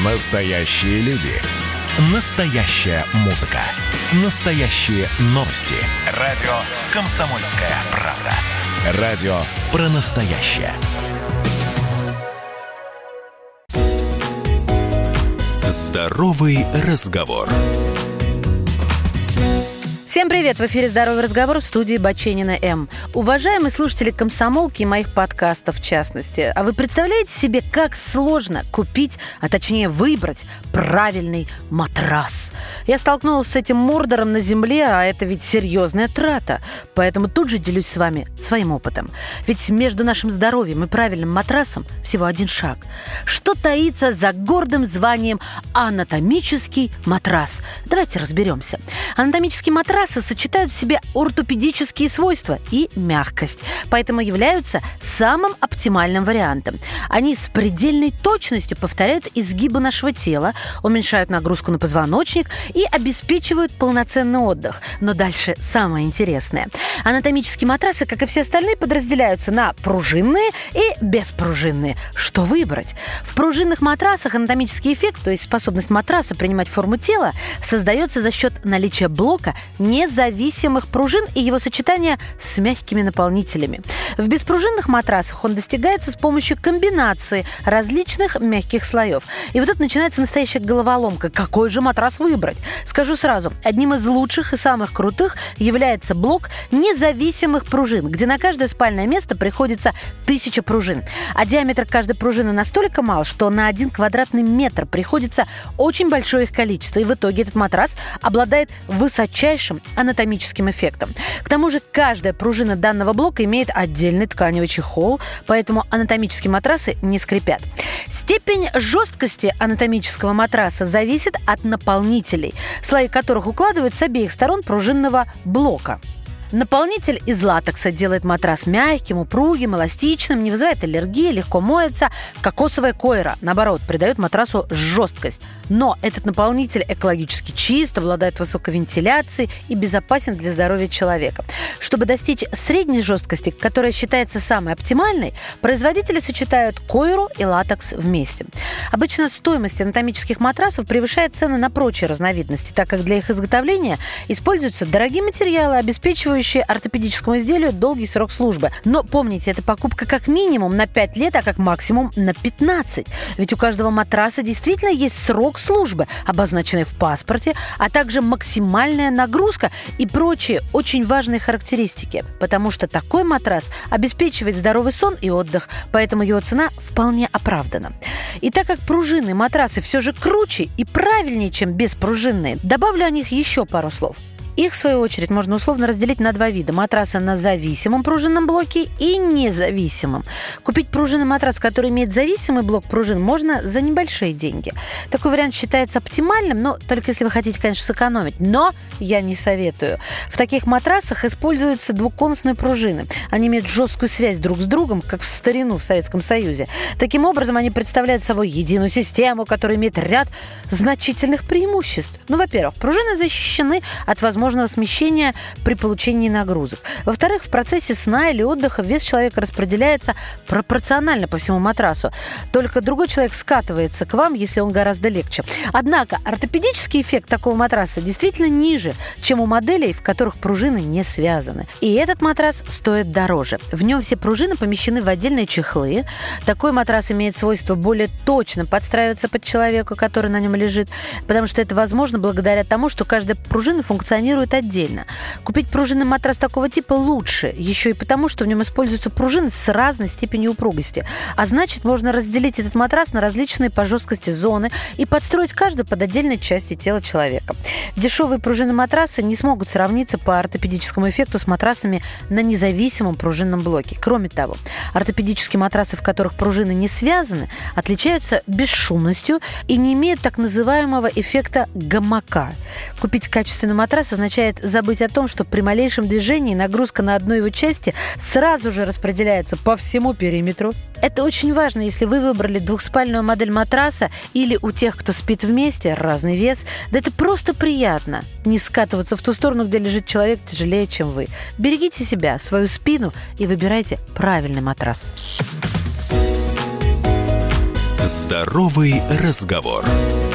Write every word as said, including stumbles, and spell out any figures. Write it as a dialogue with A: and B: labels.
A: Настоящие люди. Настоящая музыка. Настоящие новости. Радио «Комсомольская правда». Радио про настоящее. Здоровый разговор.
B: Всем привет! В эфире «Здоровый разговор» в студии Баченина М. Уважаемые слушатели «Комсомолки» и моих подкастов в частности, а вы представляете себе, как сложно купить, а точнее выбрать правильный матрас? Я столкнулась с этим мордором на земле, а это ведь серьезная трата. Поэтому тут же делюсь с вами своим опытом. Ведь между нашим здоровьем и правильным матрасом всего один шаг. Что таится за гордым званием анатомический матрас? Давайте разберемся. Анатомический матрас сочетают в себе ортопедические свойства и мягкость, поэтому являются самым оптимальным вариантом. Они с предельной точностью повторяют изгибы нашего тела, уменьшают нагрузку на позвоночник и обеспечивают полноценный отдых. Но дальше самое интересное. Анатомические матрасы, как и все остальные, подразделяются на пружинные и беспружинные. Что выбрать? В пружинных матрасах анатомический эффект, то есть способность матраса принимать форму тела, создается за счет наличия блока независимых пружин и его сочетания с мягкими наполнителями. В беспружинных матрасах он достигается с помощью комбинации различных мягких слоев. И вот тут начинается настоящая головоломка. Какой же матрас выбрать? Скажу сразу, одним из лучших и самых крутых является блок независимых пружин, где на каждое спальное место приходится тысяча пружин. А диаметр каждой пружины настолько мал, что на один квадратный метр приходится очень большое их количество. И в итоге этот матрас обладает высочайшим анатомическим эффектом. К тому же каждая пружина данного блока имеет отдельный тканевый чехол, поэтому анатомические матрасы не скрипят. Степень жесткости анатомического матраса зависит от наполнителей, слои которых укладывают с обеих сторон пружинного блока. Наполнитель из латекса делает матрас мягким, упругим, эластичным, не вызывает аллергии, легко моется. Кокосовая койра, наоборот, придает матрасу жесткость. Но этот наполнитель экологически чист, обладает высокой вентиляцией и безопасен для здоровья человека. Чтобы достичь средней жесткости, которая считается самой оптимальной, производители сочетают койру и латекс вместе. Обычно стоимость анатомических матрасов превышает цены на прочие разновидности, так как для их изготовления используются дорогие материалы, обеспечивающие ортопедическому изделию долгий срок службы. Но помните, это покупка как минимум на пять лет, а как максимум на пятнадцать. Ведь у каждого матраса действительно есть срок службы, обозначенный в паспорте, а также максимальная нагрузка и прочие очень важные характеристики. Потому что такой матрас обеспечивает здоровый сон и отдых, поэтому его цена вполне оправдана. И так как пружинные матрасы все же круче и правильнее, чем беспружинные, добавлю о них еще пару слов. Их, в свою очередь, можно условно разделить на два вида. Матрасы на зависимом пружинном блоке и независимом. Купить пружинный матрас, который имеет зависимый блок пружин, можно за небольшие деньги. Такой вариант считается оптимальным, но только если вы хотите, конечно, сэкономить. Но я не советую. В таких матрасах используются двухконусные пружины. Они имеют жесткую связь друг с другом, как в старину в Советском Союзе. Таким образом, они представляют собой единую систему, которая имеет ряд значительных преимуществ. Ну, во-первых, пружины защищены от возможности смещения при получении нагрузок. Во-вторых, в процессе сна или отдыха вес человека распределяется пропорционально по всему матрасу. Только другой человек скатывается к вам, если он гораздо легче. Однако ортопедический эффект такого матраса действительно ниже, чем у моделей, в которых пружины не связаны. И этот матрас стоит дороже. В нем все пружины помещены в отдельные чехлы. Такой матрас имеет свойство более точно подстраиваться под человека, который на нем лежит, потому что это возможно благодаря тому, что каждая пружина функционирует отдельно. Купить пружинный матрас такого типа лучше, еще и потому, что в нем используются пружины с разной степенью упругости. А значит, можно разделить этот матрас на различные по жесткости зоны и подстроить каждую под отдельной части тела человека. Дешевые пружинные матрасы не смогут сравниться по ортопедическому эффекту с матрасами на независимом пружинном блоке. Кроме того, ортопедические матрасы, в которых пружины не связаны, отличаются бесшумностью и не имеют так называемого эффекта гамака. Купить качественный матрас означает забыть о том, что при малейшем движении нагрузка на одну его части сразу же распределяется по всему периметру. Это очень важно, если вы выбрали двухспальную модель матраса или у тех, кто спит вместе, разный вес. Да это просто приятно не скатываться в ту сторону, где лежит человек тяжелее, чем вы. Берегите себя, свою спину и выбирайте правильный матрас.
A: Здоровый разговор.